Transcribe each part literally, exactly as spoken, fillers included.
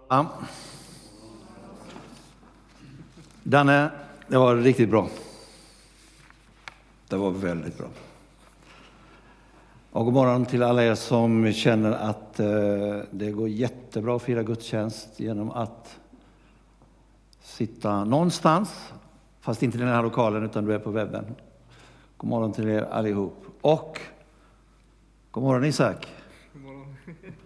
Ja. Danne, det var riktigt bra. Det var väldigt bra. Och god morgon till alla er som känner att eh, det går jättebra att fira gudstjänst genom att sitta någonstans, fast inte i den här lokalen utan du är på webben. God morgon till er allihop. Och god morgon Isak. God morgon.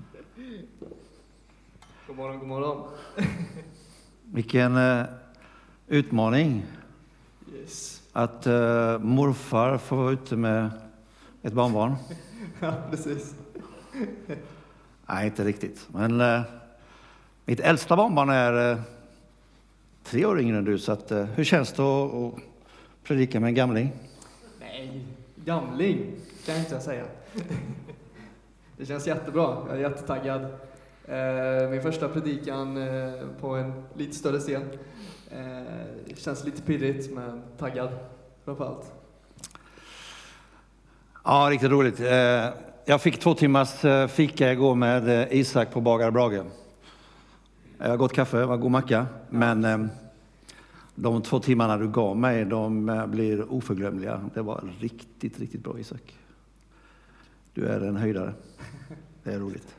God morgon, god morgon. Vilken eh, utmaning. Yes. Att eh, morfar får vara ute med ett barnbarn. Ja, precis. Nej, inte riktigt. Men eh, mitt äldsta barnbarn är eh, tre år yngre än du. Så att, eh, hur känns det att, att predika med en gamling? Nej, gamling kan jag inte säga. Det känns jättebra. Jag är jättetaggad. Eh, min första predikan eh, på en lite större scen. Eh, känns lite pirrigt, men taggad framförallt. Ja, riktigt roligt. Eh, jag fick två timmars eh, fika igår med eh, Isak på Bagar Brage. Jag har gott kaffe, det var god macka. Men eh, de två timmarna du gav mig, de eh, blir oförglömliga. Det var riktigt, riktigt bra, Isak. Du är en höjdare. Det är roligt.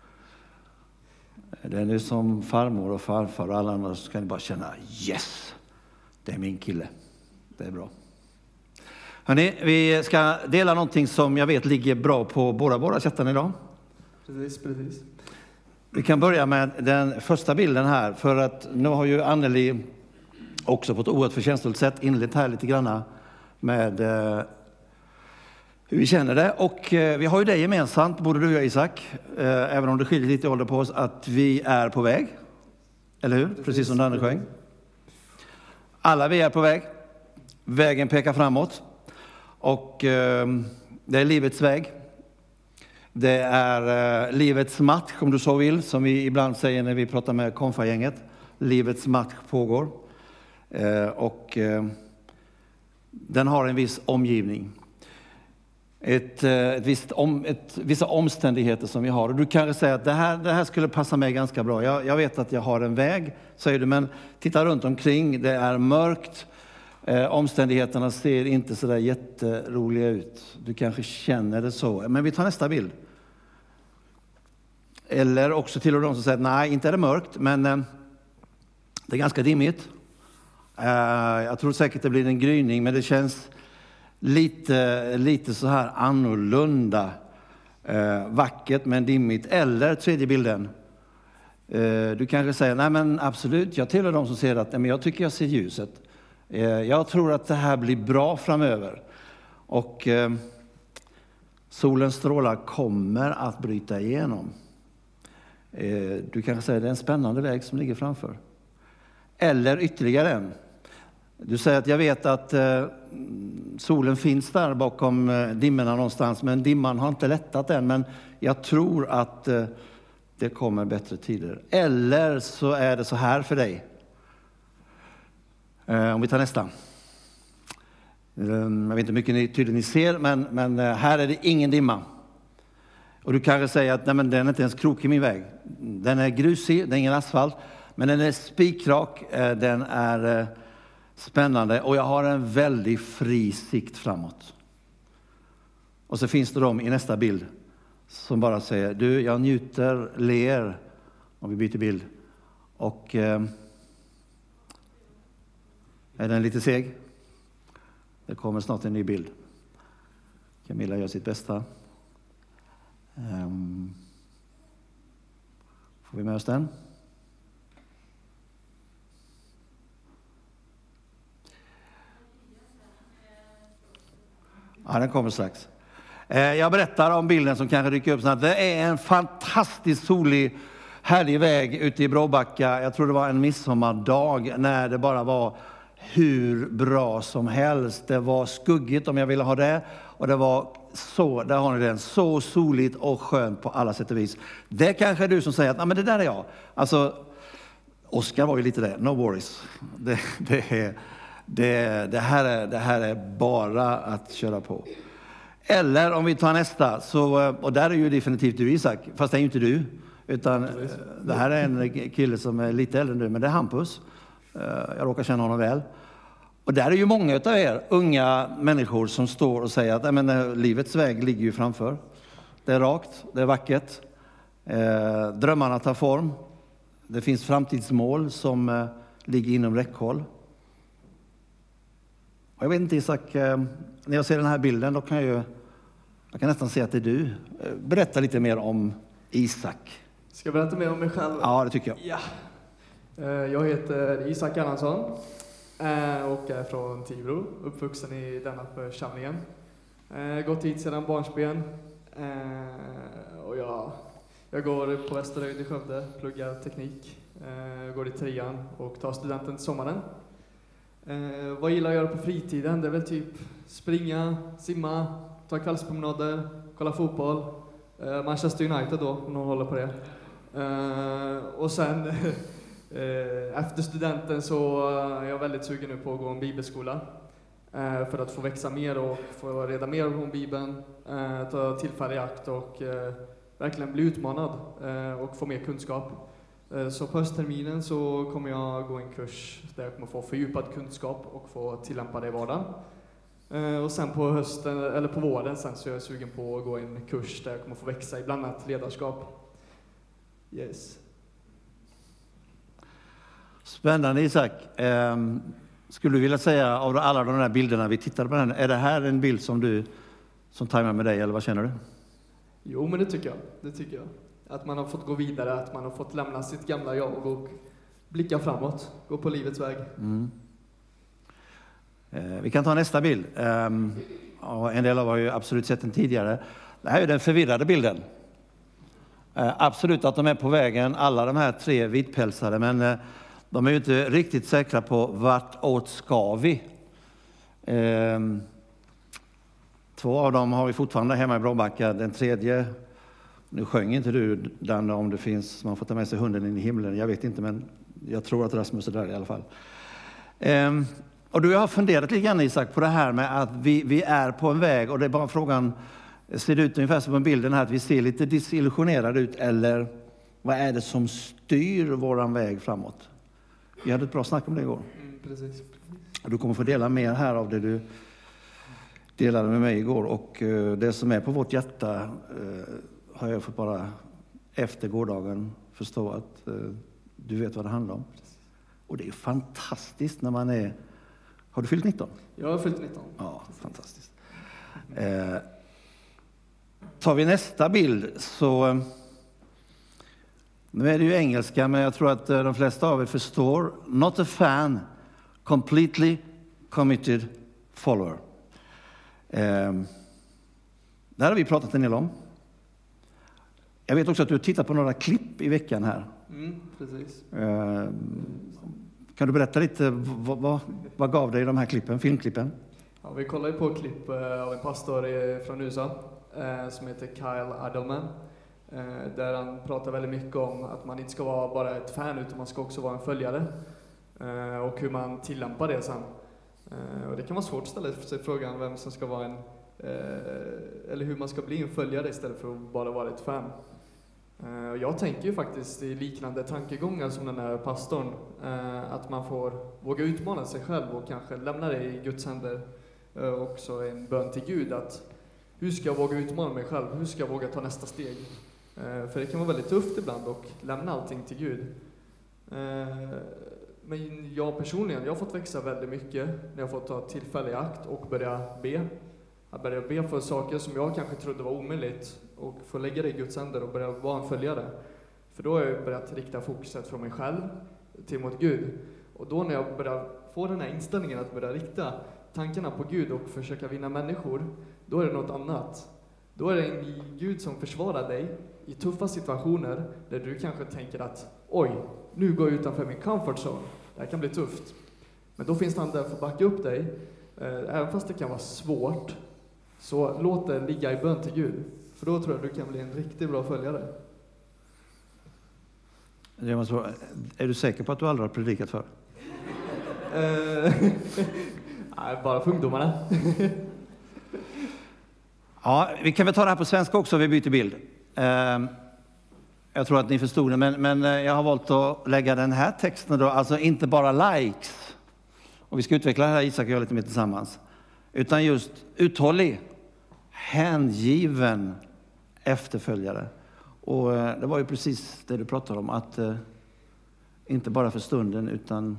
Det är nu som farmor och farfar och alla andra så kan ni bara känna, yes, det är min kille. Det är bra. Hörrni, vi ska dela någonting som jag vet ligger bra på båda våra chatten idag. Precis, precis. Vi kan börja med den första bilden här. För att nu har ju Anneli också på ett oerhört förtjänstfullt sätt inlett här lite granna med eh, hur vi känner det. Och eh, vi har ju det gemensamt, både du och jag Isak, eh, även om det skiljer lite i ålder på oss, att vi är på väg. Eller hur? Precis, Precis som Danne sjöng. Alla vi är på väg. Vägen pekar framåt. Och eh, det är livets väg. Det är eh, livets match, om du så vill, som vi ibland säger när vi pratar med konfagänget. Livets match pågår. Eh, och eh, den har en viss omgivning. Ett, ett visst om, ett, vissa omständigheter som vi har. Och du kanske säger att det här, det här skulle passa mig ganska bra. Jag, jag vet att jag har en väg, säger du, men titta runt omkring. Det är mörkt. Eh, omständigheterna ser inte så där jätteroliga ut. Du kanske känner det så. Men vi tar nästa bild. Eller också till och de som säger nej, inte är det mörkt, men eh, det är ganska dimmigt. Eh, jag tror säkert det blir en gryning, men det känns lite, lite så här annorlunda. Eh, vackert men dimmigt. Eller tredje bilden. Eh, du kanske säger nej men absolut, jag tillhör de som säger att men jag tycker jag ser ljuset. Jag tror att det här blir bra framöver. Och eh, solens strålar kommer att bryta igenom. Eh, du kanske säger att det är en spännande väg som ligger framför. Eller ytterligare en. Du säger att jag vet att eh, solen finns där bakom eh, dimmorna någonstans. Men dimman har inte lättat än. Men jag tror att eh, det kommer bättre tider. Eller så är det så här för dig. Om vi tar nästa. Jag vet inte hur mycket ni, tydligt ni ser, men, men här är det ingen dimma. Och du kanske säger att nej, men den är inte ens krok i min väg. Den är grusig, det är ingen asfalt, men den är spikrak, den är spännande och jag har en väldigt fri sikt framåt. Och så finns det de i nästa bild som bara säger, du, jag njuter, ler, om vi byter bild. Och är den lite seg? Det kommer snart en ny bild. Camilla gör sitt bästa. Um, får vi med oss den? Ja, den kommer strax. Eh, jag berättar om bilden som kanske rycker upp snart. Det är en fantastiskt solig, härlig väg ute i Bråbacka. Jag tror det var en midsommardag när det bara var hur bra som helst. Det var skuggigt om jag ville ha det. Och det var så, där har ni den, så soligt och skönt på alla sätt och vis. Det kanske är du som säger att ah, men det där är jag. Alltså, Oscar var ju lite det, no worries. Det, det, är, det, det, här är, det här är bara att köra på. Eller om vi tar nästa, så, och där är ju definitivt du Isak, fast det är ju inte du. Utan Precis. det här är en kille som är lite äldre nu, men det är Hampus. Jag råkar känna honom väl. Och där är ju många av er unga människor som står och säger att nej, men, livets väg ligger ju framför. Det är rakt, det är vackert. Eh, drömmarna tar form. Det finns framtidsmål som eh, ligger inom räckhåll. Och jag vet inte, Isak, eh, när jag ser den här bilden då kan jag ju, jag kan nästan se att det är du. Eh, berätta lite mer om Isak. Ska jag berätta mer om mig själv? Ja, det tycker jag. Ja. Eh, jag heter Isak Erlandsson eh, och är från Tibro, uppvuxen i denna församlingen. Eh, gått hit sedan barnsben. Eh, och jag, jag går på Västerhöjd i Skövde, pluggar teknik, eh, går i trean och tar studenten till sommaren. Eh, vad gillar jag att göra på fritiden? Det är väl typ springa, simma, ta kvällspromenader, kolla fotboll. Eh, Manchester United då, om någon håller på det. Eh, och sen eh, efter studenten så är jag väldigt sugen nu på att gå en bibelskola. Eh, för att få växa mer och få reda mer om Bibeln, eh, ta tillfälle i akt och eh, verkligen bli utmanad eh, och få mer kunskap. Eh, så på höstterminen så kommer jag gå en kurs där jag kommer få fördjupad kunskap och få tillämpa det i vardagen. Eh, och sen på hösten, eller på våren sen, så är jag sugen på att gå en kurs där jag kommer få växa i bland annat ledarskap. Yes. Spännande, Isak. Um... Skulle du vilja säga av alla de här bilderna vi tittade på, den, är det här en bild som du som tajmar med dig, eller vad känner du? Jo, men det tycker jag. Det tycker jag. Att man har fått gå vidare, att man har fått lämna sitt gamla jag och blicka framåt, gå på livets väg. Mm. Eh, vi kan ta nästa bild. Eh, och en del av er har ju absolut sett den tidigare. Det här är den förvirrade bilden. Eh, absolut att de är på vägen, alla de här tre vitpälsade, men eh, de är ju inte riktigt säkra på vart åt ska vi. Ehm, två av dem har vi fortfarande hemma i Bråbacka. Den tredje, nu sjöng inte du den om det finns, man får ta med sig hunden in i himlen. Jag vet inte, men jag tror att Rasmus är där i alla fall. Ehm, och du har funderat lite grann, Isak, på det här med att vi, vi är på en väg. Och det är bara frågan, ser det ut ungefär som på bilden här, att vi ser lite desillusionerade ut, eller vad är det som styr våran väg framåt? Vi hade ett bra snack om det igår. Mm, precis. Du kommer få dela mer här av det du delade med mig igår. Och uh, det som är på vårt hjärta uh, har jag fått bara efter gårdagen förstå att uh, du vet vad det handlar om. Och det är fantastiskt när man är... Har du fyllt nitton? Jag har fyllt nitton. Ja, fantastiskt. Uh, tar vi nästa bild så... Uh, Nu är det ju engelska, men jag tror att de flesta av er förstår. Not a fan, completely committed follower. Eh, det här har vi pratat en del om. Jag vet också att du har tittat på några klipp i veckan här. Mm, precis. Eh, kan du berätta lite, vad, vad, vad gav dig de här klippen, filmklippen? Ja, vi kollar ju på klipp av en pastor från U S A eh, som heter Kyle Adelman. Eh, där han pratar väldigt mycket om att man inte ska vara bara ett fan, utan man ska också vara en följare. Eh, och hur man tillämpar det sen. Eh, och det kan vara svårt att ställa sig frågan vem som ska vara en... Eh, eller hur man ska bli en följare istället för att bara vara ett fan. Eh, och jag tänker ju faktiskt i liknande tankegångar som den här pastorn. Eh, att man får våga utmana sig själv och kanske lämna det i Guds händer. Eh, också en bön till Gud att hur ska jag våga utmana mig själv? Hur ska jag våga ta nästa steg? Eh, för det kan vara väldigt tufft ibland och lämna allting till Gud. Eh, men jag personligen, jag har fått växa väldigt mycket när jag fått ta tillfälle i akt och börja be. Att börja be för saker som jag kanske trodde var omöjligt och få lägga det i Guds händer och börja vara en följare. För då har jag börjat rikta fokuset från mig själv till mot Gud. Och då när jag börjar få den här inställningen att börja rikta tankarna på Gud och försöka vinna människor, då är det något annat. Då är det en Gud som försvarar dig i tuffa situationer där du kanske tänker att oj, nu går jag utanför min comfort zone. Det här kan bli tufft. Men då finns han där för att backa upp dig. Även fast det kan vara svårt, så låt det ligga i bön till Gud. För då tror jag du kan bli en riktigt bra följare. Jag måste fråga, är du säker på att du aldrig har predikat för? Nej, bara för ungdomarna. Ja, vi kan väl ta det här på svenska också, vi byter bild. Jag tror att ni förstod det, men, men jag har valt att lägga den här texten då, alltså inte bara likes. Och vi ska utveckla det här, Isak och jag, lite mer tillsammans. Utan just uthållig, hängiven efterföljare. Och det var ju precis det du pratade om, att eh, inte bara för stunden utan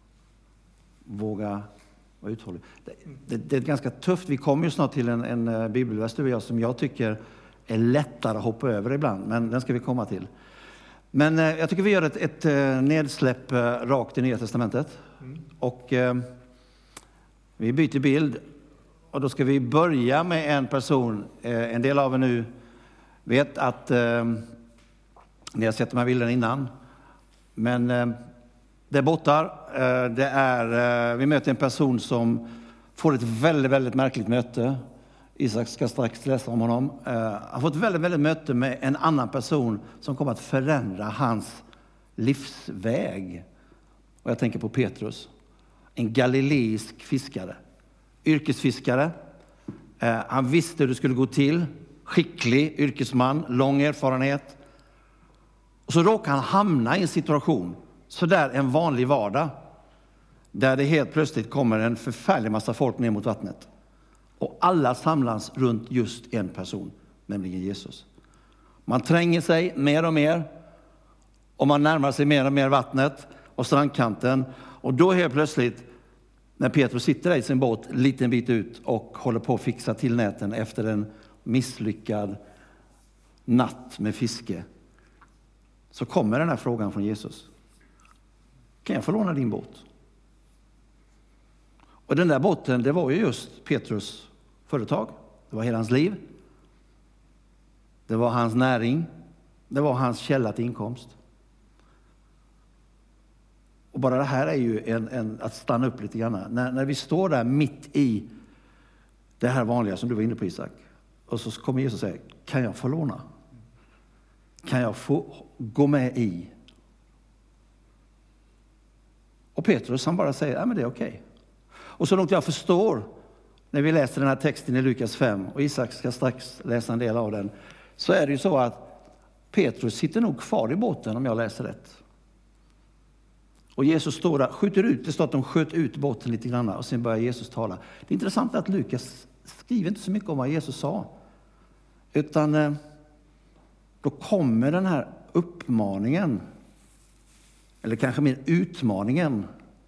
våga vara uthållig. Det, det, det är ganska tufft. Vi kommer ju snart till en, en bibelvers du och jag, som jag tycker är lättare att hoppa över ibland, men den ska vi komma till. Men eh, jag tycker vi gör ett, ett eh, nedsläpp eh, rakt i Nya testamentet. Mm. Och eh, vi byter bild. Och då ska vi börja med en person. Eh, en del av er nu vet att eh, ni har sett de här bilderna innan. Men eh, det är borta. Eh, det är, eh, vi möter en person som får ett väldigt, väldigt märkligt möte. Isak ska strax läsa om honom. Uh, han har fått väldigt, väldigt möte med en annan person som kommer att förändra hans livsväg. Och jag tänker på Petrus. En galileisk fiskare. Yrkesfiskare. Uh, han visste hur det skulle gå till. Skicklig yrkesman, lång erfarenhet. Och så råkar han hamna i en situation, så där en vanlig vardag, där det helt plötsligt kommer en förfärlig massa folk ner mot vattnet. Och alla samlas runt just en person, nämligen Jesus. Man tränger sig mer och mer. Och man närmar sig mer och mer vattnet och strandkanten. Och då helt plötsligt, när Petrus sitter där i sin båt en liten bit ut och håller på att fixa till näten efter en misslyckad natt med fiske, så kommer den här frågan från Jesus. Kan jag få låna din båt? Och den där båten, det var ju just Petrus företag. Det var hela hans liv. Det var hans näring. Det var hans källa till inkomst. Och bara det här är ju en, en, att stanna upp lite grann. När, när vi står där mitt i det här vanliga som du var inne på, Isak. Och så kommer Jesus och säger, kan jag få låna? Kan jag få gå med i? Och Petrus, han bara säger, ja men det är okej. Okay. Och så långt jag förstår, när vi läser den här texten i Lukas fem, och Isak ska strax läsa en del av den, så är det ju så att Petrus sitter nog kvar i båten, om jag läser rätt. Och Jesus står där, skjuter ut, det står att de sköt ut båten lite grann, och sen börjar Jesus tala. Det är intressant att Lukas skriver inte så mycket om vad Jesus sa, utan då kommer den här uppmaningen, eller kanske mer utmaningen.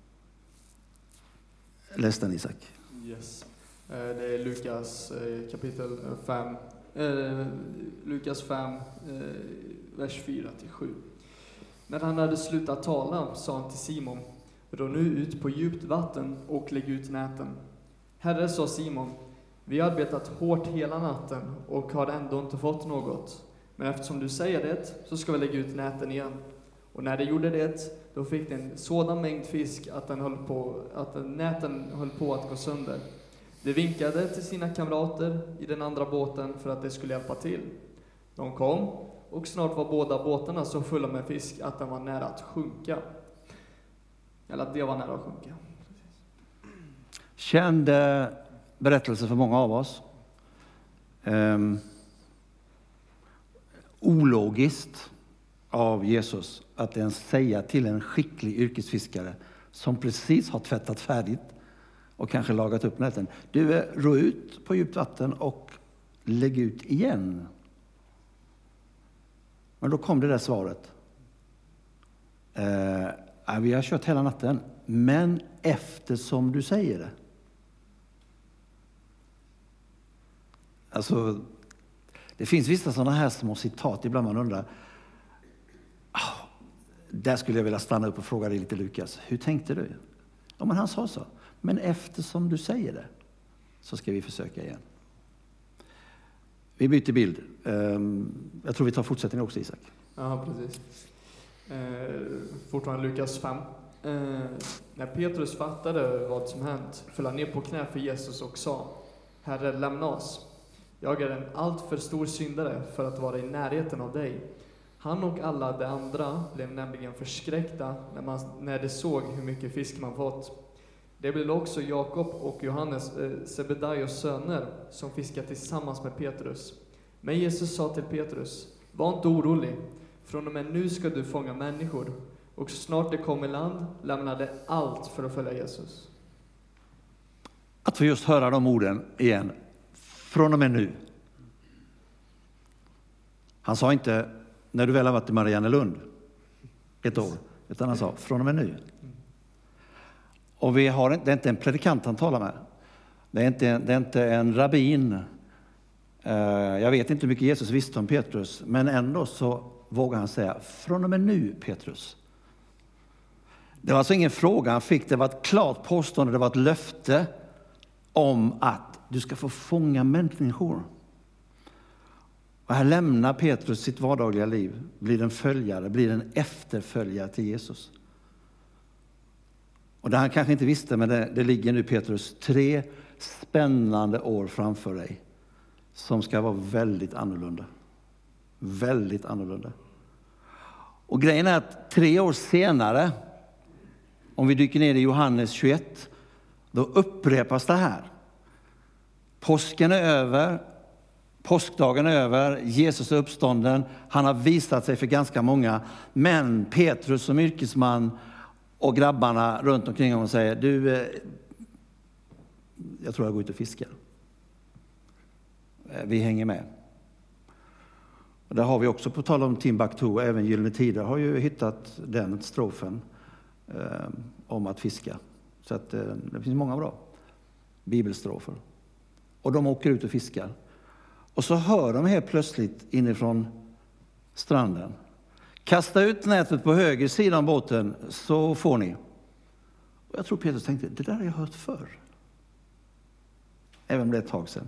Läs den, Isak. Yes. Det är Lukas kapitel fem. Eh, Lukas fem, eh, vers fyra till sju. När han hade slutat tala sa han till Simon, rå nu ut på djupt vatten och lägg ut näten. Herre, sa Simon, vi har arbetat hårt hela natten och har ändå inte fått något. Men eftersom du säger det så ska vi lägga ut näten igen. Och när de gjorde det, då fick det en sådan mängd fisk att, den höll på, att näten höll på att gå sönder. De vinkade till sina kamrater i den andra båten för att de skulle hjälpa till. De kom, och snart var båda båtarna så fulla med fisk att den var nära att sjunka. Eller att det var nära att sjunka. Känd berättelse för många av oss. Um, ologiskt av Jesus att ens säga till en skicklig yrkesfiskare som precis har tvättat färdigt och kanske lagat upp näten, du är rå ut på djupt vatten och lägg ut igen. Men då kom det där svaret. Eh, vi har kört hela natten, men eftersom du säger det. Alltså, det finns vissa sådana här små citat, ibland man undrar, oh, där skulle jag vilja stanna upp och fråga dig lite, Lukas, hur tänkte du? Ja, men han sa så, men eftersom du säger det så ska vi försöka igen. Vi byter bild. Jag tror vi tar fortsättningen också, Isak. Ja, precis. Eh, fortfarande Lukas fem. Eh, när Petrus fattade vad som hänt föll han ner på knä för Jesus och sa, Herre, lämna oss. Jag är en alltför stor syndare för att vara i närheten av dig. Han och alla de andra blev nämligen förskräckta när, man, när de såg hur mycket fisk man fått. Det blev också Jakob och Johannes, eh, Sebedaios söner, som fiskade tillsammans med Petrus. Men Jesus sa till Petrus, var inte orolig, Från och med nu ska du fånga människor. Och så snart det kom i land lämnade allt för att följa Jesus. Att få just höra de orden igen. Från och med nu. Han sa inte när du väl har varit i Mariannelund ett år. Utan han sa från och med nu. Och vi har, det är inte en predikant han talar med. Det är inte, det är inte en rabbin. Jag vet inte hur mycket Jesus visste om Petrus. Men ändå så vågar han säga från och med nu, Petrus. Det var alltså ingen fråga han fick. Det var ett klart påstående. Det var ett löfte om att du ska få fånga människor. Och här lämnar Petrus sitt vardagliga liv. Blir en följare, blir en efterföljare till Jesus. Och det han kanske inte visste, men det, det ligger nu Petrus tre spännande år framför dig. Som ska vara väldigt annorlunda. Väldigt annorlunda. Och grejen är att tre år senare, om vi dyker ner i Johannes tjugoett, då upprepas det här. Påsken är över, påskdagen är över, Jesus är uppstånden, han har visat sig för ganska många, men Petrus som yrkesman och grabbarna runt omkring honom säger, du, jag tror jag går ut och fiskar. Vi hänger med. Och där har vi också, på tal om Timbuktu, även Gyllene Tider har ju hittat den strofen eh, om att fiska. Så att eh, det finns många bra bibelstrofer. Och de åker ut och fiskar. Och så hör de helt plötsligt inifrån stranden. Kasta ut nätet på höger sida av båten så får ni. Och jag tror Petrus tänkte, det där har jag hört förr. Även om det är ett tag sedan.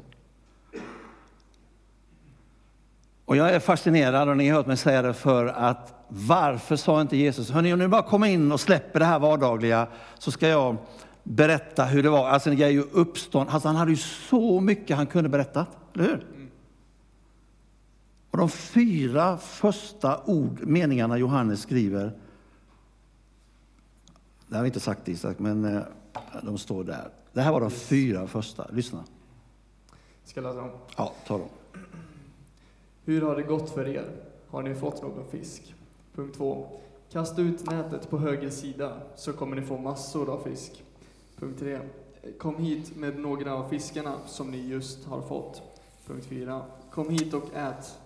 Och jag är fascinerad, och ni har hört mig säga det, för att varför sa inte Jesus, hörni, om ni bara kommer in och släpper det här vardagliga så ska jag berätta hur det var. Alltså det är ju uppstånd. Alltså, han hade ju så mycket han kunde berätta, eller hur? Mm. Och de fyra första ord, meningarna Johannes skriver, det har vi inte sagt Isak, men de står där. Det här var de fyra första. Lyssna. Ska jag läsa dem? Ja, ta dem. Hur har det gått för er? Har ni fått någon fisk? Punkt två. Kasta ut nätet på höger sida så kommer ni få massor av fisk. Punkt tre. Kom hit med några av fiskarna som ni just har fått. Punkt fyra. Kom hit och ät.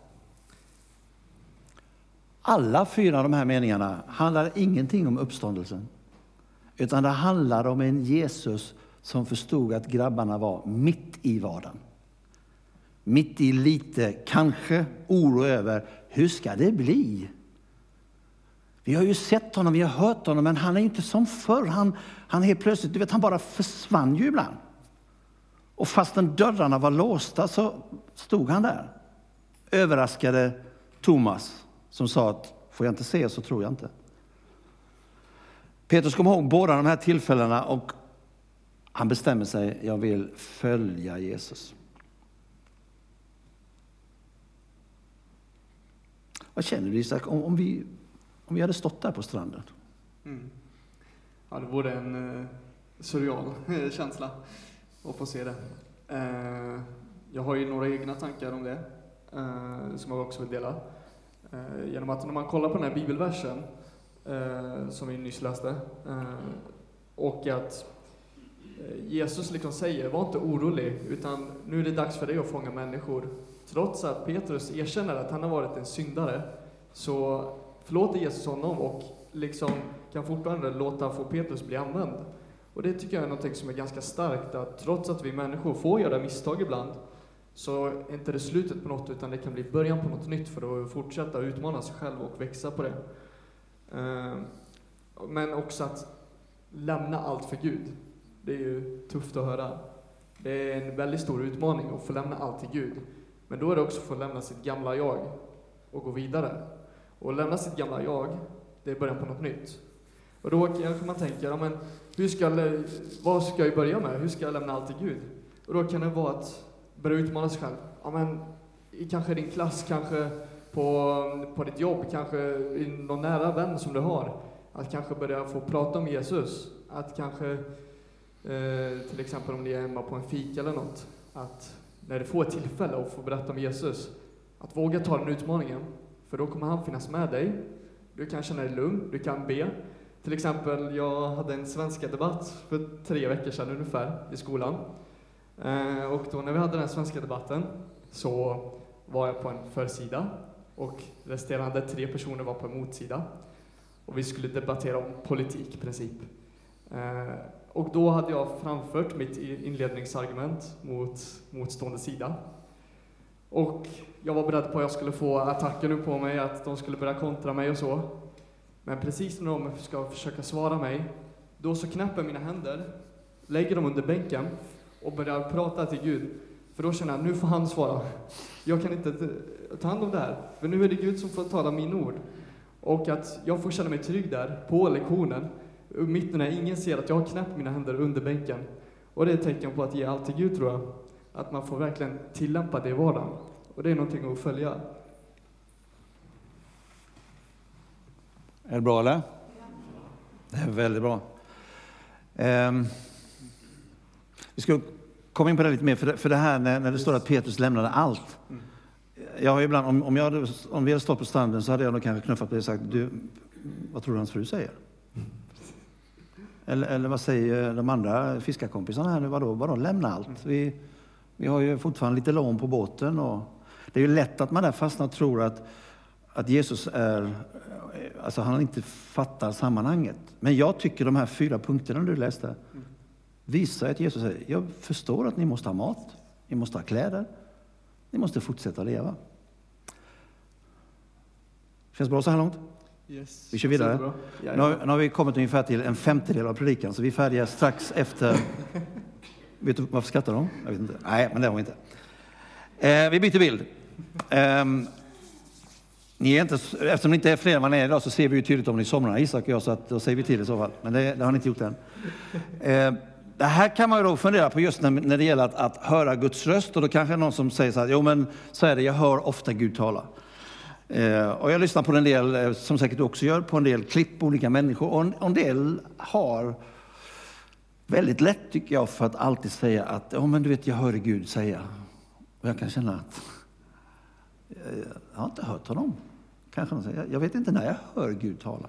Alla fyra av de här meningarna handlar ingenting om uppståndelsen. Utan det handlar om en Jesus som förstod att grabbarna var mitt i vardagen. Mitt i lite, kanske, oro över, hur ska det bli? Vi har ju sett honom, vi har hört honom, men han är inte som förr. Han, han helt plötsligt, du vet, han bara försvann ju ibland. Och fastän dörrarna var låsta så stod han där. Överraskade Thomas som sa att får jag inte se så tror jag inte. Petrus kom ihåg båda de här tillfällena och han bestämmer sig, jag vill följa Jesus. Vad känner du, Isak, om, om, vi, om vi hade stått där på stranden? Mm. Ja, det vore en eh, surreal känsla att få se det. Eh, jag har ju några egna tankar om det eh, som jag också vill dela. Eh, genom att när man kollar på den här bibelversen eh, som vi nyss läste eh, och att Jesus liksom säger, var inte orolig, utan nu är det dags för dig att fånga människor. Trots att Petrus erkänner att han har varit en syndare, så förlåter Jesus honom och liksom kan fortfarande låta få Petrus bli använd. Och det tycker jag är något som är ganska starkt, att trots att vi människor får göra misstag ibland, så är inte det slutet på något, utan det kan bli början på något nytt för att fortsätta utmana sig själv och växa på det. Men också att lämna allt för Gud. Det är ju tufft att höra. Det är en väldigt stor utmaning att få lämna allt till Gud. Men då är det också att få lämna sitt gamla jag och gå vidare. Och lämna sitt gamla jag, det är början på något nytt. Och då kan man tänka, ja, men hur ska, vad ska jag börja med? Hur ska jag lämna allt till Gud? Och då kan det vara att börja utmana sig själv. Ja, men i kanske din klass, kanske på, på ditt jobb, kanske i någon nära vän som du har. Att kanske börja få prata om Jesus. Att kanske, eh, till exempel om ni är hemma på en fika eller något, att när du får ett tillfälle att få berätta om Jesus, att våga ta den utmaningen. För då kommer han finnas med dig. Du kan känna dig lugn, du kan be. Till exempel, jag hade en svenska debatt för tre veckor sedan ungefär i skolan. Eh, och då när vi hade den svenska debatten så var jag på en försida. Och resterande tre personer var på en motsida. Och vi skulle debattera om politik i princip. Eh, och då hade jag framfört mitt inledningsargument mot motstående sida. Och jag var beredd på att jag skulle få attacker nu på mig, att de skulle börja kontra mig och så. Men precis när de ska försöka svara mig, då så knäpper mina händer, lägger dem under bänken och börjar prata till Gud. För då känner jag, nu får han svara. Jag kan inte ta hand om det här, för nu är det Gud som får tala min ord. Och att jag får känna mig trygg där, på lektionen, mitt när ingen ser att jag har knäppt mina händer under bänken. Och det är ett tecken på att ge allt till Gud, tror jag. Att man får verkligen tillämpa det i vardagen. Och det är någonting att följa. Är det bra, eller? Ja. Det är väldigt bra. Um, vi ska komma in på det lite mer, för det, för det här när, när det står att Petrus lämnade allt. Mm. Jag har ibland, om, om, jag hade, om vi hade stått på stranden så hade jag nog kanske knuffat på det och sagt, du, vad tror du hans fru säger? Mm. Eller, eller vad säger de andra fiskarkompisarna här nu? Vadå, vadå lämna allt? Mm. Vi, vi har ju fortfarande lite lån på båten. Och det är ju lätt att man där fastnar och tror att, att Jesus är, alltså han inte fattar sammanhanget. Men jag tycker de här fyra punkterna du läste mm. visar att Jesus säger, jag förstår att ni måste ha mat, ni måste ha kläder, ni måste fortsätta leva. Känns bra så här långt? Yes. Vi kör vidare. Nu har, nu har vi kommit ungefär till en femtedel av predikan, så vi är färdiga strax efter. Vet du varför skrattar de? Jag vet inte. Nej, men det har vi inte. Eh, vi byter bild. Eh, ni är inte, eftersom ni inte är fler än vad ni är idag så ser vi ju tydligt om ni somnar, Isak och jag, så att, då säger vi till i så fall. Men det, det har ni inte gjort än. Eh, det här kan man ju då fundera på just när, när det gäller att, att höra Guds röst. Och då kanske någon som säger så här, jo men så är det, jag hör ofta Gud tala. Eh, och jag lyssnar på en del, eh, som säkert du också gör, på en del klipp på olika människor. Och en, och en del har väldigt lätt, tycker jag, för att alltid säga att, ja men du vet, jag hör Gud säga. Och jag kan känna att jag har inte hört honom. Kanske någon säger, jag vet inte när jag hör Gud tala.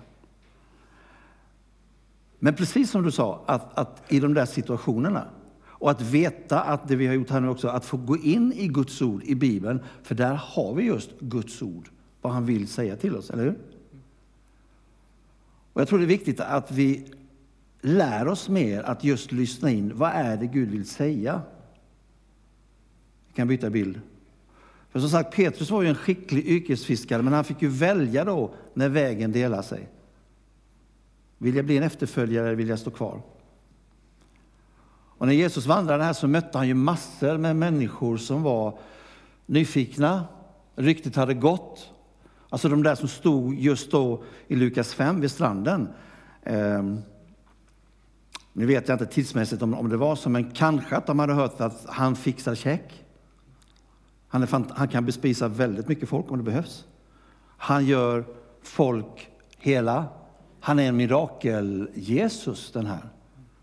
Men precis som du sa, att, att i de där situationerna, och att veta att det vi har gjort här nu också, att få gå in i Guds ord i Bibeln, för där har vi just Guds ord, vad han vill säga till oss, eller hur? Och jag tror det är viktigt att vi lär oss mer att just lyssna in, vad är det Gud vill säga? Vi kan byta bild. För som sagt, Petrus var ju en skicklig yrkesfiskare, men han fick ju välja då när vägen delar sig. Vill jag bli en efterföljare eller vill jag stå kvar? Och när Jesus vandrade här så mötte han ju massor med människor som var nyfikna. Ryktet hade gått. Alltså de där som stod just då i Lukas fem vid stranden. Eh, nu vet jag inte tidsmässigt om, om det var så, men kanske att de hade hört att han fixar check. Han, är fant- han kan bespisa väldigt mycket folk om det behövs. Han gör folk hela. Han är en mirakel-Jesus, den här.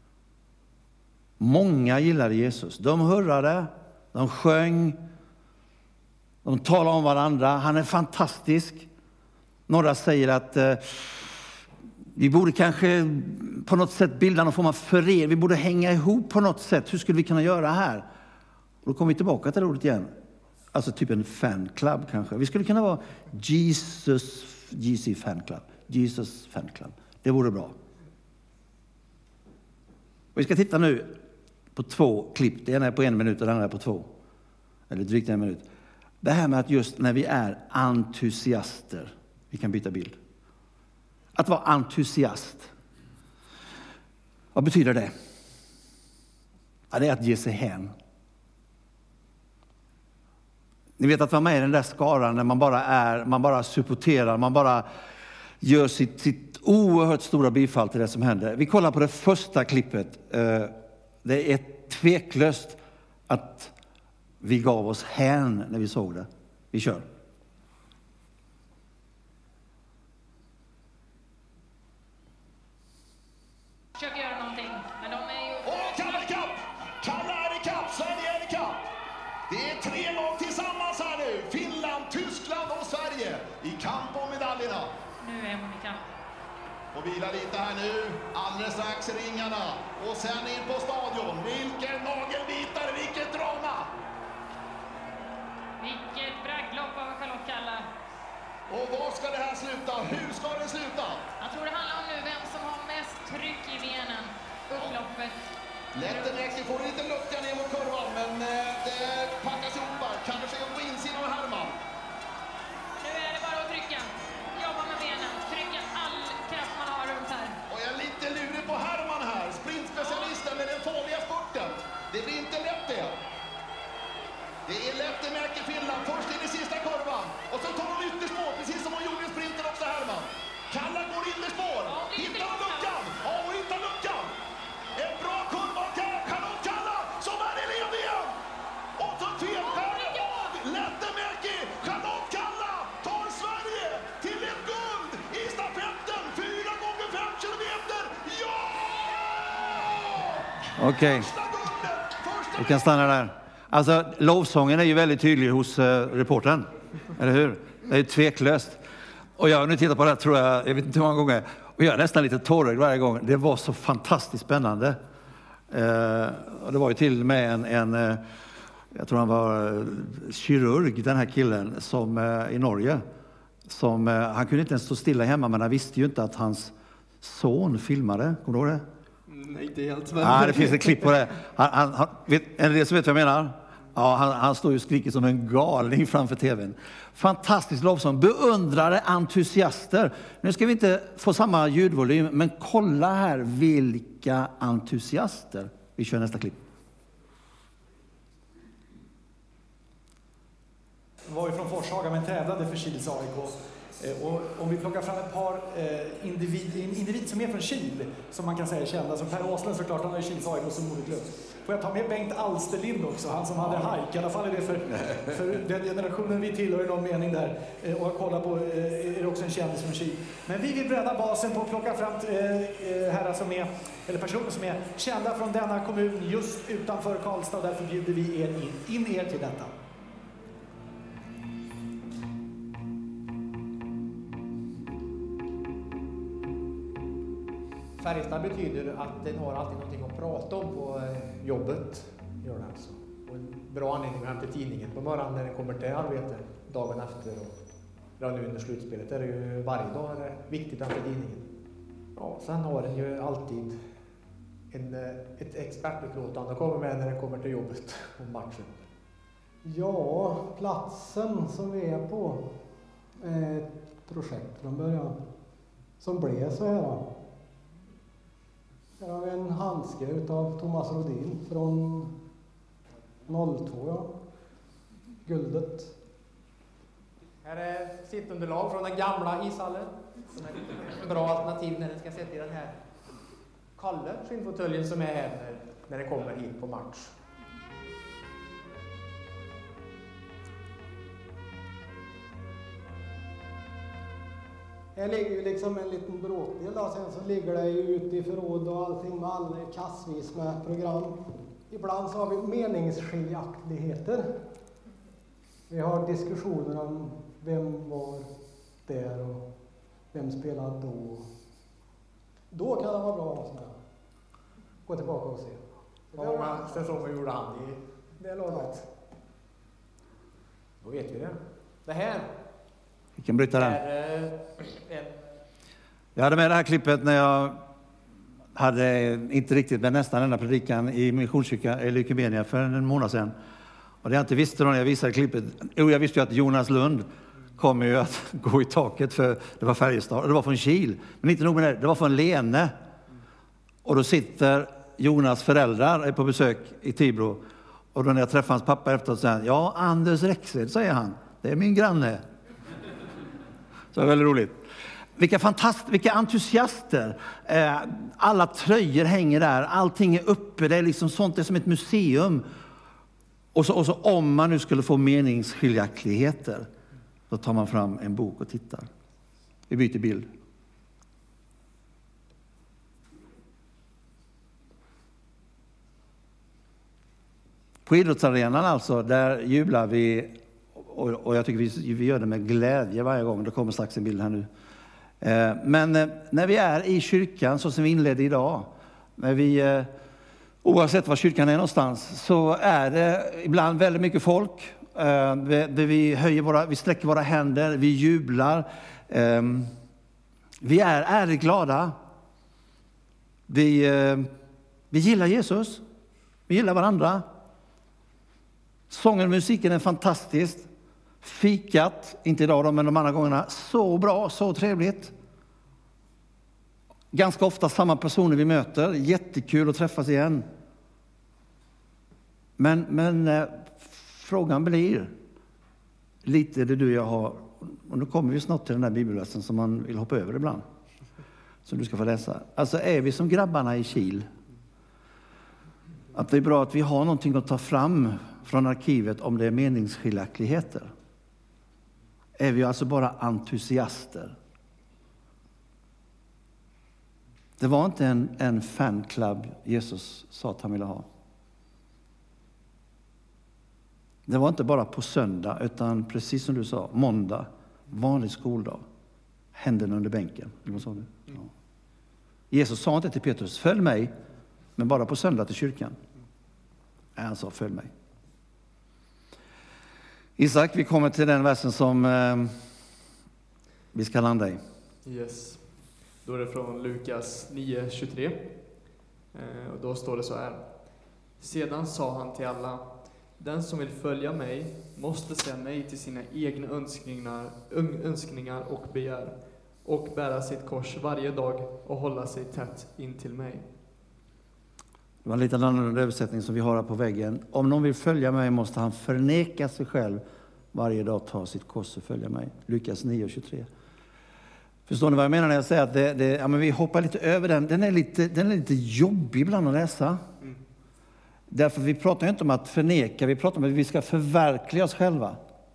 Många gillade Jesus. De hörrade, de sjöng, de talade om varandra. Han är fantastisk. Några säger att eh, vi borde kanske på något sätt bilda någon form av förening. Vi borde hänga ihop på något sätt. Hur skulle vi kunna göra här? Och då kommer vi tillbaka till det ordet igen. Alltså typ en fanclub kanske. Vi skulle kunna vara Jesus, G C fanclub. Jesus fanclub. Det vore bra. Och vi ska titta nu på två klipp. Det ena är på en minut och det andra är på två. Eller drygt en minut. Det här med att just när vi är entusiaster. Vi kan byta bild. Att vara entusiast. Vad betyder det? Ja, det är att ge sig hän. Ni vet att vara med i den där skaran när man bara är, man bara supporterar, man bara gör sitt, sitt oerhört stora bifall till det som händer. Vi kollar på det första klippet. Det är tveklöst att vi gav oss hän när vi såg det. Vi kör. Försöker göra någonting, men de är ju... Och Kalle ikapp! Kalle är ikapp, Sverige är ikapp! Det är tre lag tillsammans här nu. Finland, Tyskland och Sverige. I kamp vilar lite här nu. Alldeles strax ringarna. Och sen in på stadion. Vilken nagelbitare, vilket drama! Vilket bragdlopp av Charlotte Kalla. Och var ska det här sluta? Hur ska det sluta? Jag tror det handlar om nu vem som har mest tryck i benen. Upploppet. Lättenäcki får lite lucka ner mot kurvan, men eh, det packas ihop här. Kanske på insidan av Herman. Nu är det bara att trycka. Jobba med benen. Trycka all kraft man har runt här. Och jag är lite lurig på Herman här. Sprintspecialisten med den farliga spurten. Det blir inte lätt det. Det är Lättenäki Finland. Först in i sista kurvan. Och så tar hon ytterspår, precis som hon gjorde i sprinten också, Herman. Kalla går innerspår. Hittar hon luckan? Ja, hon hittar luckan. En bra kurva av Charlotte Kalla som är i led igen. Och så felskär av Lättenäki. Charlotte Kalla tar Sverige till ett guld i stafetten. Fyra gånger fem kilometer. Ja! Okej, Första guldet. Första vi kan stanna där. Alltså, lovsången är ju väldigt tydlig hos uh, reportern, eller hur? Det är ju tveklöst. Och jag har nu tittat på det här, tror jag, jag vet inte hur många gånger, och jag är nästan lite tårögd varje gång. Det var så fantastiskt spännande. Uh, och det var ju till och med en, en uh, jag tror han var uh, kirurg, den här killen, som uh, i Norge. Som, uh, han kunde inte ens stå stilla hemma, men han visste ju inte att hans son filmade. Kommer du ihåg det? Nej, inte helt. Men... Ja, det finns ett klipp på det. Han, han, han, vet, är det det som vet vad jag menar? Ja, han, han står ju och skriker som en galning framför tvn. Fantastisk lovsång. Beundrare entusiaster. Nu ska vi inte få samma ljudvolym, men kolla här vilka entusiaster. Vi kör nästa klipp. Jag var ju från Forshaga men tävlade för Kils A I K. Och om vi plockar fram ett par eh, individ, individ som är från Kil, som man kan säga är kända, som Per Åslund såklart, han har ju Kils A I K som moderklubb. Får jag ta med Bengt Alsterlind också, han som hade hajk, i alla fall är det för, för den generationen vi tillhör i någon mening där. Eh, och att kolla på eh, är också en kändis från Kil. Men vi vill bredda basen på att plocka fram eh, herrar som är, eller personer som är kända från denna kommun just utanför Karlstad, och därför bjuder vi er in, in er till detta. Färjestad betyder att den har alltid någonting att prata om på jobbet. Gör det alltså. Och en bra anledning att hämta tidningen på morgonen när den kommer till arbete dagen efter. Och nu under slutspelet är det ju varje dag är det viktigt att hämta tidningen. Ja, sen har den ju alltid en, ett expertutlåtande att komma med när den kommer till jobbet om matchen. Ja, platsen som vi är på är ett projekt från början som blev så här. Här har vi en handske utav Thomas Rodin från noll två, ja. Guldet. Här är sittunderlag från den gamla ishallen. Som är ett bra alternativ när den ska sätta i den här Kalle skinnfåtöljen som är här när, när den kommer hit på match. Här ligger ju liksom en liten bråkdel då, sen så ligger det ju ute i förråd och allting med alla kassvis med program. Ibland så har vi meningsskiljaktigheter. Vi har diskussioner om vem var där och vem spelade då. Då kan det vara bra att sådär. Gå tillbaka och se. Hur många säsonger gjorde han i det laget? Då vet vi det. Det här Vi kan bryta den. är eh, en... Jag hade med det här klippet när jag hade, inte riktigt, men nästan denna predikan i Missionskyrkan i Lykemenia för en månad sedan. Och det jag inte visste då när jag visade klippet, jo, jag visste ju att Jonas Lund kommer ju att gå i taket för det var Färjestad, och det var från Kil. Men inte nog med det, det var från Lene. Och då sitter Jonas föräldrar på besök i Tibro. Och då när jag träffade hans pappa efteråt säger han, ja, Anders Rexed, säger han. Det är min granne. Så det var väldigt roligt. Vilka fantast, vilka entusiaster. Eh, alla tröjor hänger där. Allting är uppe. Det är liksom sånt, det är som ett museum. Och så, och så om man nu skulle få meningsskiljaktigheter, då tar man fram en bok och tittar. Vi byter bild. På idrottsarenan alltså, där jublar vi, och, och jag tycker vi, vi gör det med glädje varje gång. Det kommer strax en bild här nu. Men när vi är i kyrkan, så som vi inledde idag, när vi, oavsett var kyrkan är någonstans, så är det ibland väldigt mycket folk. Vi, höjer våra, vi sträcker våra händer, vi jublar. Vi är ärligt glada. Vi, vi gillar Jesus. Vi gillar varandra. Sången och musiken är fantastisk. Fikat, inte idag då, men de andra gångerna, så bra, så trevligt. Ganska ofta samma personer vi möter, jättekul att träffas igen. Men, men eh, frågan blir lite det du och jag har, och nu kommer vi snart till den där bibelversen som man vill hoppa över ibland, som du ska få läsa. Alltså, är vi som grabbarna i Kil? Att det är bra att vi har någonting att ta fram från arkivet om det är meningsskiljaktigheter. Är vi alltså bara entusiaster? Det var inte en, en fanclub Jesus sa att han ville ha. Det var inte bara på söndag, utan precis som du sa, måndag, vanlig skoldag, händerna under bänken. Vad sa du? Ja. Jesus sa inte till Petrus, följ mig, men bara på söndag till kyrkan. Han sa, följ mig. Isak, vi kommer till den versen som eh, vi ska landa i. Yes. Då är det från Lukas nio tjugotre. Eh, och då står det så här. Sedan sa han till alla, den som vill följa mig måste säga nej till sina egna önskningar, önskningar och begär och bära sitt kors varje dag och hålla sig tätt in till mig. Det var en liten annan översättning som vi har här på väggen. Om någon vill följa mig måste han förneka sig själv varje dag, ta sitt kors och följa mig. Lukas nio tjugotre. Förstår ni vad jag menar när jag säger att det, det, ja, men vi hoppar lite över den. Den är lite, den är lite jobbig ibland att läsa. Mm. Därför vi pratar inte om att förneka, vi pratar om att vi ska förverkliga oss själva.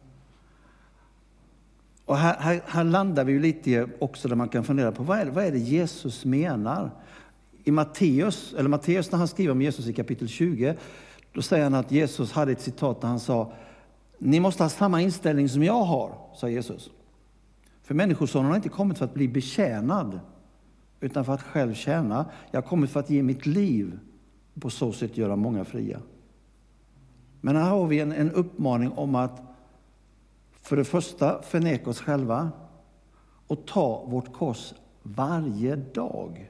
Och här, här, här landar vi ju lite också där man kan fundera på vad är, vad är det Jesus menar? I Matteus, eller Matteus när han skriver om Jesus i kapitel tjugo, då säger han att Jesus hade ett citat där han sa, ni måste ha samma inställning som jag har, sa Jesus. För människosonen har inte kommit för att bli betjänad, utan för att själv tjäna. Jag har kommit för att ge mitt liv och på så sätt göra många fria. Men här har vi en, en uppmaning om att för det första förneka oss själva och ta vårt kors varje dag.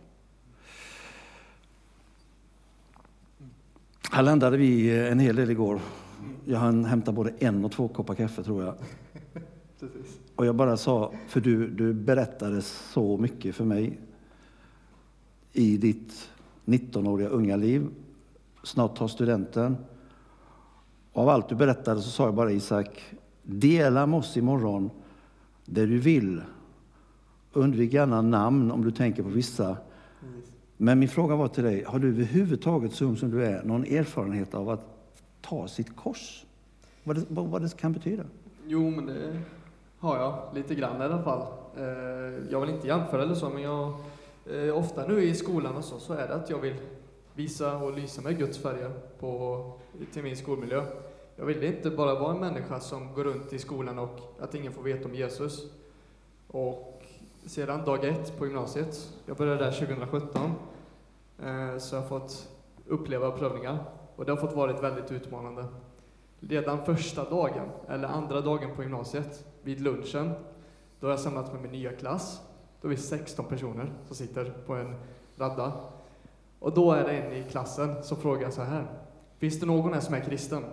Här landade vi en hel del igår. Jag hann hämta både en och två koppar kaffe, tror jag. Precis. Och jag bara sa, för du, du berättade så mycket för mig i ditt nittonåriga unga liv. Snart tar studenten. Och av allt du berättade så sa jag bara, Isak, dela med oss imorgon där du vill. Undvik gärna namn om du tänker på vissa. Mm. Men min fråga var till dig, har du överhuvudtaget, så ung som du är, någon erfarenhet av att ta sitt kors? Vad det, vad det kan betyda? Jo, men det har jag lite grann i alla fall. Jag vill inte jämföra eller så, men jag, ofta nu i skolan och så, så är det att jag vill visa och lysa med Guds färger på, till min skolmiljö. Jag vill inte bara vara en människa som går runt i skolan och att ingen får veta om Jesus. Och sedan dag ett på gymnasiet, jag började där tjugohundrasjutton, så jag har fått uppleva prövningar. Och det har fått varit väldigt utmanande. Redan första dagen, eller andra dagen på gymnasiet, vid lunchen, då har jag samlat med min nya klass. Då är vi sexton personer som sitter på en radda. Och då är det en i klassen som frågar så här. Finns det någon här som är kristen?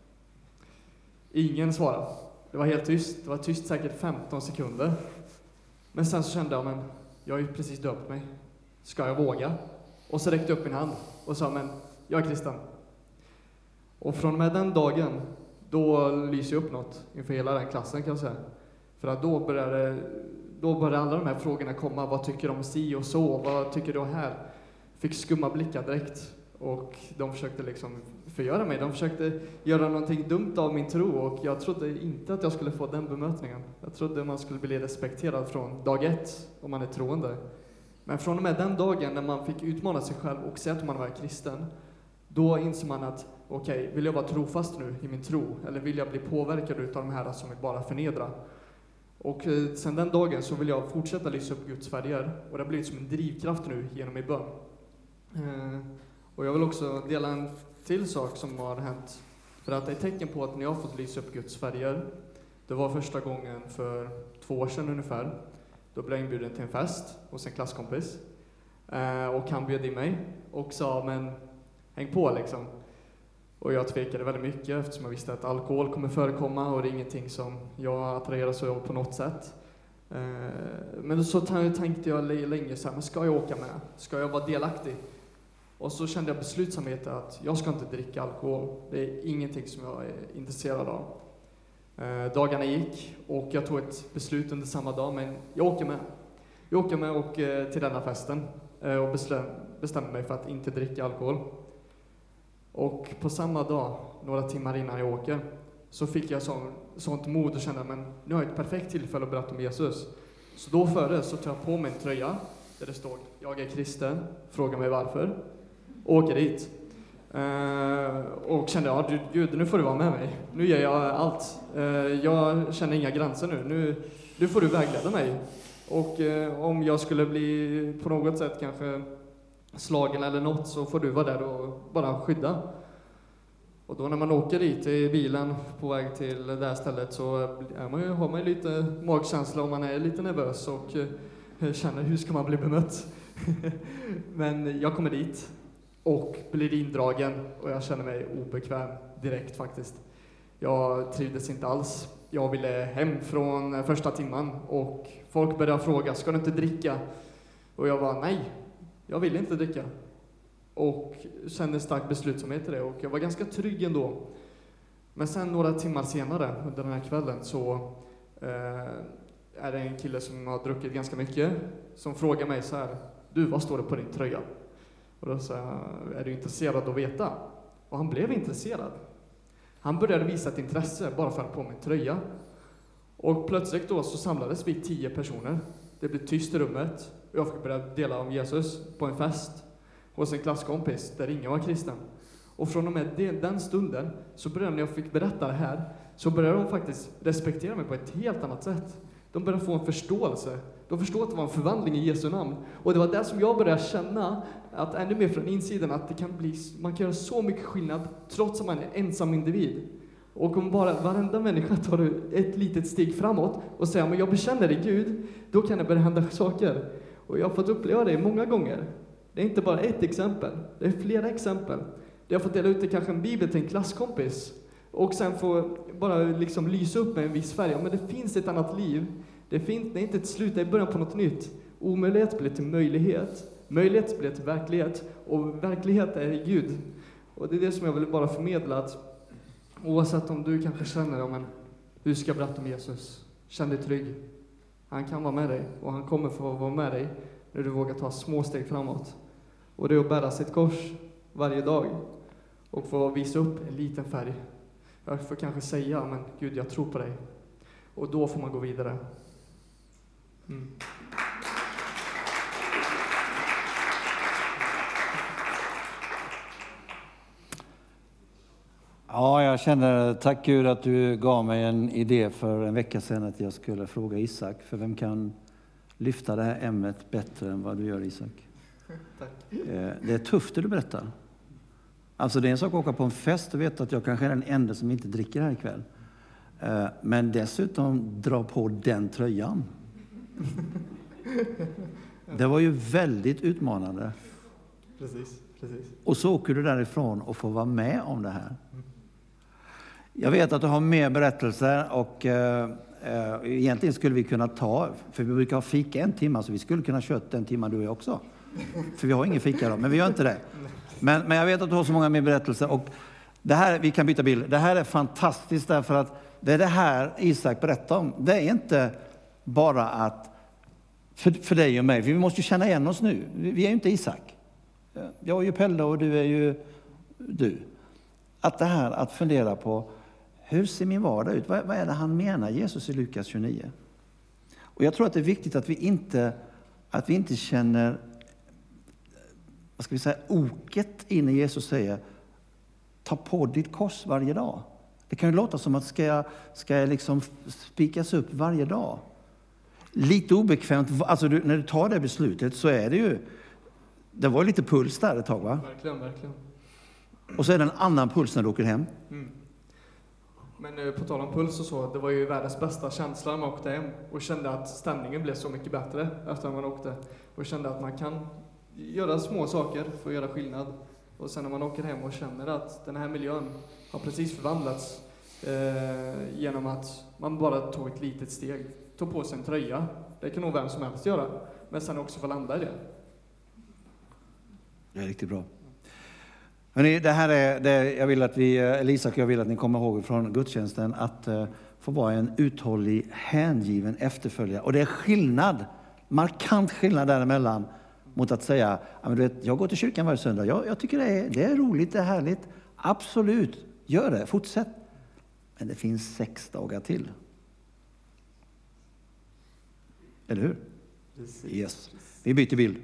Ingen svarade. Det var helt tyst. Det var tyst säkert femton sekunder. Men sen så kände jag, men jag har ju precis döpt mig. Ska jag våga? Och så räckte jag upp min hand och sa, men jag är kristen. Och från och med den dagen, då lyser jag upp något inför hela den klassen, kan jag säga. För att då började, då började alla de här frågorna komma. Vad tycker du om si och så? Vad tycker du här? Fick skumma blickar direkt. Och de försökte liksom förgöra mig. De försökte göra någonting dumt av min tro. Och jag trodde inte att jag skulle få den bemötningen. Jag trodde man skulle bli respekterad från dag ett, om man är troende. Men från och med den dagen när man fick utmana sig själv och säga att man var kristen, då inser man att, okej, okay, vill jag vara trofast nu i min tro? Eller vill jag bli påverkad av de här som vill bara förnedra? Och eh, sen den dagen så vill jag fortsätta lysa upp Guds färger. Och det har blivit som en drivkraft nu genom min bön. Eh, och jag vill också dela en till sak som har hänt. För att det är tecken på att när jag har fått lysa upp Guds färger, det var första gången för två år sedan ungefär. Då blev jag inbjuden till en fest hos en klasskompis. Eh, och han bjöd in mig och sa, men häng på liksom. Och jag tvekade väldigt mycket eftersom jag visste att alkohol kommer förekomma och det är ingenting som jag attraheras av på något sätt. Eh, men så tänkte jag länge så här, men ska jag åka med? Ska jag vara delaktig? Och så kände jag beslutsamhet att jag ska inte dricka alkohol. Det är ingenting som jag är intresserad av. Eh, dagarna gick och jag tog ett beslut under samma dag, men jag åker med. Jag åker med och, eh, till denna festen eh, och bestäm, bestämde mig för att inte dricka alkohol. Och på samma dag, några timmar innan jag åker, så fick jag så, sånt mod och kände, men nu har jag ett perfekt tillfälle att berätta om Jesus. Så då före så tar jag på mig en tröja där det står, jag är kristen, fråga mig varför. Och åker dit. Uh, och kände, ja du, Gud, nu får du vara med mig. Nu ger jag allt. Uh, jag känner inga gränser nu. Nu, nu får du vägleda mig. Och uh, om jag skulle bli på något sätt kanske slagen eller något, så får du vara där och bara skydda. Och då när man åker dit i bilen på väg till det här stället, så är man ju, har man ju lite magkänsla om man är lite nervös och uh, känner hur ska man bli bemött. Men jag kommer dit och blir indragen och jag känner mig obekväm direkt faktiskt. Jag trivdes inte alls. Jag ville hem från första timman och folk började fråga, ska du inte dricka? Och jag var nej, jag vill inte dricka. Och kände stark beslutsamhet till det och jag var ganska trygg ändå. Men sen några timmar senare under den här kvällen så eh, är det en kille som har druckit ganska mycket som frågar mig så här, du, vad står det på din tröja? Och då sa jag, är du intresserad att veta? Och han blev intresserad. Han började visa ett intresse bara för att på mig tröja. Och plötsligt då så samlades vi tio personer. Det blev tyst i rummet. Och jag fick börja dela om Jesus på en fest hos en klasskompis där ingen var kristen. Och från och med den stunden så började, när jag fick berätta det här, så började de faktiskt respektera mig på ett helt annat sätt. De började få en förståelse. De förstod att det var en förvandling i Jesu namn. Och det var där som jag började känna att ännu mer från insidan att det kan bli, man kan göra så mycket skillnad trots att man är ensam individ. Och om bara varenda människa tar ett litet steg framåt och säger, men jag bekänner dig Gud, då kan det börja hända saker. Och jag har fått uppleva det många gånger. Det är inte bara ett exempel, det är flera exempel. Jag har fått dela ut det kanske en bibel till en klasskompis. Och sen få bara liksom lysa upp med en viss färg. Ja, men det finns ett annat liv. Det, finns, det är inte ett slut, det är början på något nytt. Omöjlighet blir till möjlighet. Möjlighet blir till verklighet. Och verklighet är i Gud. Och det är det som jag vill bara förmedla. Att oavsett om du kanske känner, om en, hur ska jag berätta om Jesus? Känn dig trygg. Han kan vara med dig. Och han kommer få vara med dig när du vågar ta små steg framåt. Och det är att bära sitt kors varje dag. Och få visa upp en liten färg. Jag får kanske säga, men Gud, jag tror på dig. Och då får man gå vidare. Mm. Ja, jag känner, tack Gud att du gav mig en idé för en vecka sedan att jag skulle fråga Isak. För vem kan lyfta det här ämnet bättre än vad du gör, Isak? Tack. Det är tufft det du berättar. Alltså det är en sak att åka på en fest och veta att jag kanske är den enda som inte dricker här ikväll. Men dessutom dra på den tröjan. Det var ju väldigt utmanande. Precis, precis. Och så åker du därifrån och får vara med om det här. Jag vet att du har mer berättelser och eh, egentligen skulle vi kunna ta, för vi brukar ha fika en timme, så vi skulle kunna köra den timmen du är också. För vi har ingen fika då, men vi gör inte det. Men, men jag vet att du har så många mer berättelser och det här, vi kan byta bild. Det här är fantastiskt därför att det är det här Isak berättar om. Det är inte bara att, för, för dig och mig, vi måste ju känna igen oss nu. Vi, vi är ju inte Isak. Jag är ju Pelle och du är ju du. Att det här att fundera på, hur ser min vardag ut? Vad, vad är det han menar, Jesus i Lukas tjugonio? Och jag tror att det är viktigt att vi inte, att vi inte känner, vad ska vi säga, oket in när Jesus säger, ta på ditt kors varje dag. Det kan ju låta som att ska jag, ska jag liksom spikas upp varje dag. lite obekvämt. Alltså du, när du tar det beslutet så är det ju, det var lite puls där ett tag, va? Verkligen, verkligen. Och så är det en annan puls när du åker hem. Mm. Men eh, på tal om puls och så, det var ju världens bästa känsla när man åkte hem och kände att stämningen blev så mycket bättre efter att man åkte. Och kände att man kan göra små saker för att göra skillnad. Och sen när man åker hem och känner att den här miljön har precis förvandlats eh, genom att man bara tog ett litet steg, tog på sig en tröja. Det kan nog vem som helst göra, men sen också få landa i det. Det är riktigt bra. Hörrni, det här är det jag vill att vi, Elisa och jag vill att ni kommer ihåg från gudstjänsten, att uh, få vara en uthållig, hängiven efterföljare. Och det är skillnad, markant skillnad däremellan mot att säga, ja, men du vet, jag går till kyrkan varje söndag, jag, jag tycker det är, det är roligt, det är härligt. Absolut, gör det, fortsätt. Men det finns sex dagar till. Eller hur? Precis. Yes. Vi byter bild.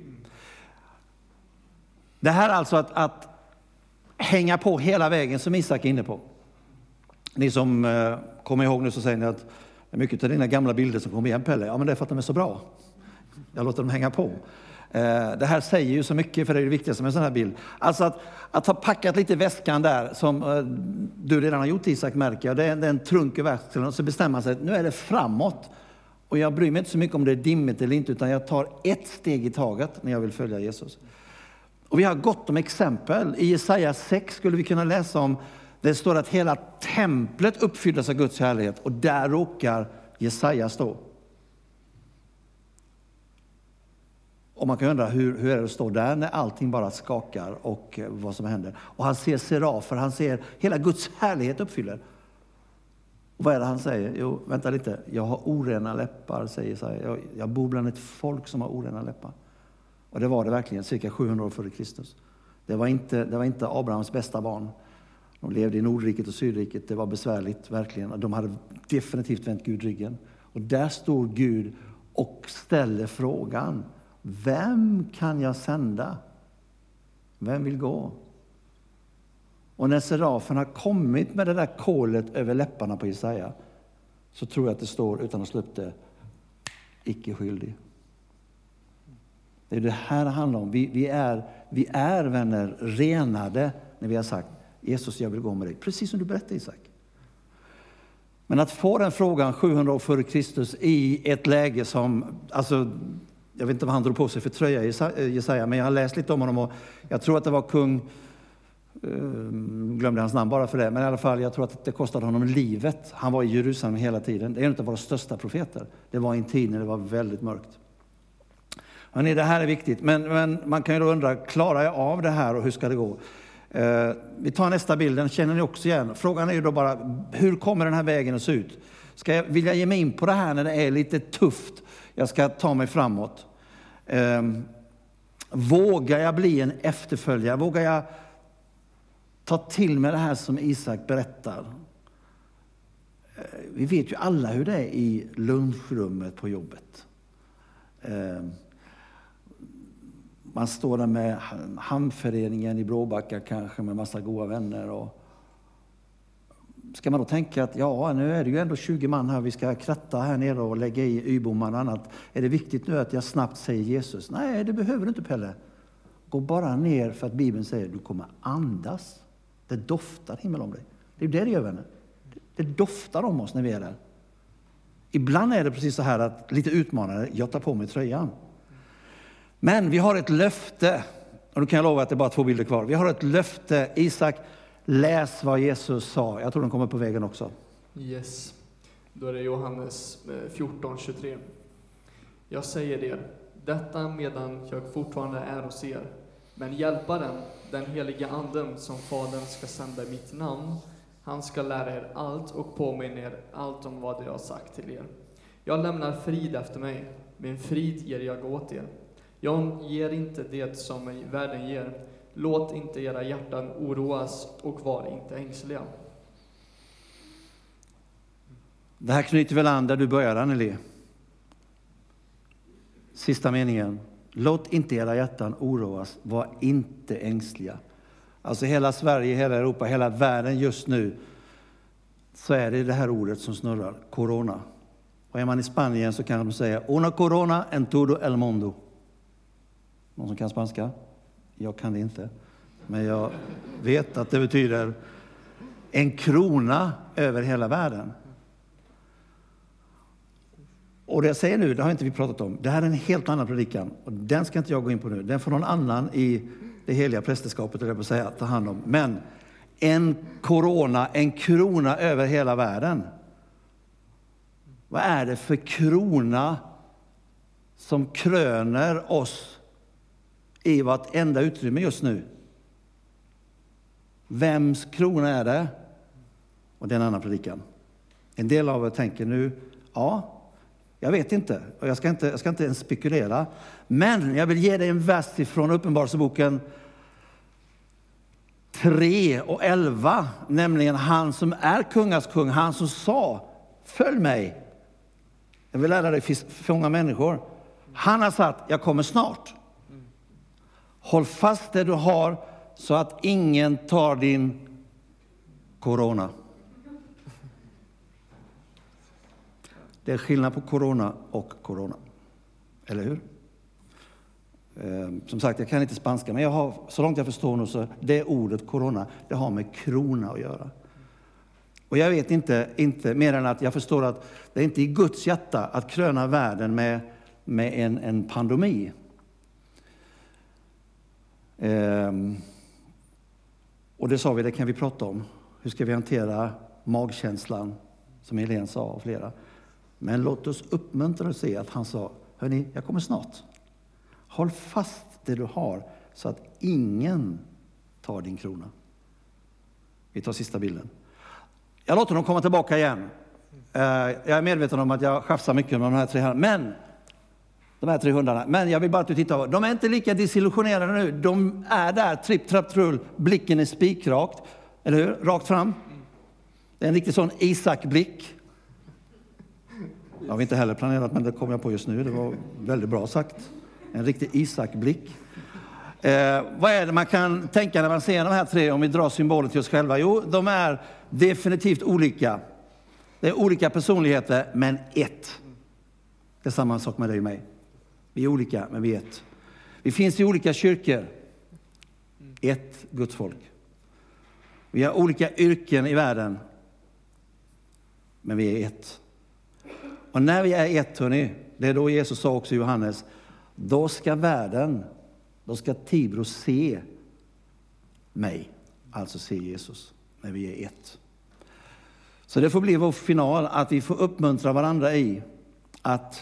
Det här är alltså att, att hänga på hela vägen som Isak är inne på. Ni som eh, kommer ihåg nu så säger ni att mycket av dina gamla bilder som kommer igen, Pelle, ja men det är för att de är så bra. Jag låter dem hänga på. Eh, det här säger ju så mycket, för det är det viktigaste med en sån här bild. Alltså att, att ha packat lite väskan där, som eh, du redan har gjort, Isak, märker jag. Det är, det är en trunk i väskan och så bestämmer man sig att nu är det framåt. Och jag bryr mig inte så mycket om det är dimmigt eller inte, utan jag tar ett steg i taget när jag vill följa Jesus. Och vi har gott om exempel. I Jesaja sex skulle vi kunna läsa om, det står att hela templet uppfylls av Guds härlighet. Och där råkar Jesaja stå. Och man kan undra, hur, hur är det att stå där när allting bara skakar och vad som händer. Och han ser serafer, han ser hela Guds härlighet uppfyller. Och vad är det han säger? Jo, vänta lite, jag har orena läppar, säger Jesaja. Jag, jag bor bland ett folk som har orena läppar. Och det var det verkligen, cirka sjuhundra år före Kristus. Det var inte, det var inte Abrahams bästa barn. De levde i Nordriket och Sydriket. Det var besvärligt, verkligen. De hade definitivt vänt Gud ryggen. Och där står Gud och ställer frågan: vem kan jag sända? Vem vill gå? Och när serafen har kommit med det där kolet över läpparna på Jesaja, så tror jag att det står, utan att slå upp det, icke skyldig. Det är det här det handlar om. Vi, vi, är, vi är, vänner, renade när vi har sagt: Jesus, jag vill gå med dig. Precis som du berättade, Isak. Men att få den frågan sjuhundra år före Kristus i ett läge som, alltså, jag vet inte vad han drog på sig för tröja, Jesaja, men jag har läst lite om honom och jag tror att det var kung, glömde hans namn bara för det, men i alla fall, jag tror att det kostade honom livet. Han var i Jerusalem hela tiden. Det är en av våra största profeter. Det var en tid när det var väldigt mörkt. Hörrni, det här är viktigt, men, men man kan ju då undra, klarar jag av det här och hur ska det gå? Eh, vi tar nästa bild, den känner ni också igen. Frågan är ju då bara, hur kommer den här vägen att se ut? Ska jag, vill jag ge mig in på det här när det är lite tufft? Jag ska ta mig framåt. Eh, vågar jag bli en efterföljare? Vågar jag ta till mig det här som Isak berättar? Eh, vi vet ju alla hur det är i lunchrummet på jobbet. Eh, Man står där med hamnföreningen i Bråbacka kanske med massa goda vänner. Och ska man då tänka att ja, nu är det ju ändå tjugo man här, vi ska kratta här nere och lägga i y-bommar och annat. Är det viktigt nu att jag snabbt säger Jesus? Nej, det behöver du inte, Pelle. Gå bara ner, för att Bibeln säger att du kommer andas. Det doftar himmel om dig. Det är det det gör, vänner. Det doftar om oss när vi är där. Ibland är det precis så här att lite utmanande, jag tar på mig tröjan. Men vi har ett löfte, och då kan jag lova att det är bara två bilder kvar. Vi har ett löfte. Isak, läs vad Jesus sa. Jag tror den kommer på vägen också. Yes. Då är det Johannes fjorton tjugotre. Jag säger det, detta medan jag fortfarande är hos er. Men hjälparen, den heliga anden som Fadern ska sända i mitt namn, han ska lära er allt och påminna er allt om vad jag har sagt till er. Jag lämnar frid efter mig, min frid ger jag åt er. Jag ger inte det som världen ger. Låt inte era hjärtan oroas och var inte ängsliga. Det här knyter väl an där du började, Anneli. Sista meningen. Låt inte era hjärtan oroas, var inte ängsliga. Alltså hela Sverige, hela Europa, hela världen just nu, så är det det här ordet som snurrar. Corona. Vad Och är man i Spanien så kan de säga una corona en todo el mundo. Någon som kan spanska? Jag kan det inte. Men jag vet att det betyder en krona över hela världen. Och det jag säger nu, det har inte vi pratat om. Det här är en helt annan predikan. Och den ska inte jag gå in på nu. Den får någon annan i det heliga prästerskapet, eller på att säga, ta hand om. Men en corona, en krona över hela världen. Vad är det för krona som kröner oss i vartenda utrymme just nu? Vems krona är det? Och det är en annan predikan. En del av er tänker nu, ja, jag vet inte. Och jag ska inte, jag ska inte ens spekulera. Men jag vill ge dig en vers från Uppenbarelseboken tre och elva. Nämligen han som är kungas kung. Han som sa, följ mig. Jag vill lära dig fånga människor. Han har sagt, jag kommer snart. Håll fast det du har så att ingen tar din corona. Det är skillnad på corona och corona. Eller hur? Eh, som sagt, jag kan inte spanska, men jag har, så långt jag förstår nu, så det ordet corona, det har med krona att göra. Och jag vet inte, inte mer än att jag förstår att det är inte i Guds hjärta att kröna världen med, med en, en pandemi. Eh, och det sa vi, det kan vi prata om. Hur ska vi hantera magkänslan, som Helene sa och flera. Men låt oss uppmuntra och se att han sa, hörni, jag kommer snart. Håll fast det du har så att ingen tar din krona. Vi tar sista bilden. Jag låter dem komma tillbaka igen. Jag är medveten om att jag chafsar mycket med de här tre här. Men, de här tre hundarna. Men jag vill bara att du tittar. De är inte lika desillusionerade nu. De är där, tripp, trapp, trull. Blicken är spikrakt. Eller hur? Rakt fram. Det är en riktig sån Isak-blick. Jag har inte heller planerat, men det kom jag på just nu. Det var väldigt bra sagt. En riktig Isak-blick. Eh, vad är det man kan tänka när man ser de här tre, om vi drar symbolen till oss själva? Jo, de är definitivt olika. Det är olika personligheter, men ett. Det är samma sak med dig och mig. Vi är olika, men vi är ett. Vi finns i olika kyrkor. Ett Guds folk. Vi har olika yrken i världen. Men vi är ett. Och när vi är ett, hörni, det är då Jesus sa också i Johannes, då ska världen, då ska Tibro se mig, alltså se Jesus, när vi är ett. Så det får bli vår final, att vi får uppmuntra varandra i att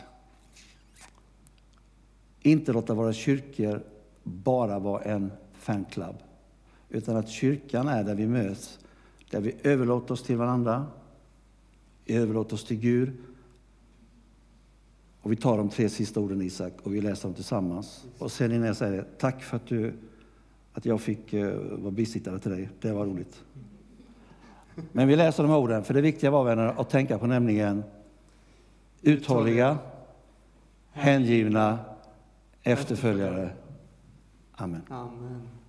inte låta våra kyrkor bara vara en fanclub, utan att kyrkan är där vi möts, där vi överlåter oss till varandra, överlåter oss till Gud. Och vi tar de tre sista orden, Isak, och vi läser dem tillsammans. Och sen innan jag säger det, tack för att, du, att jag fick uh, vara bisittare till dig. Det var roligt. Men vi läser de här orden, för det viktiga var, vänner, att tänka på nämligen uthålliga, hängivna efterföljare. Amen. Amen.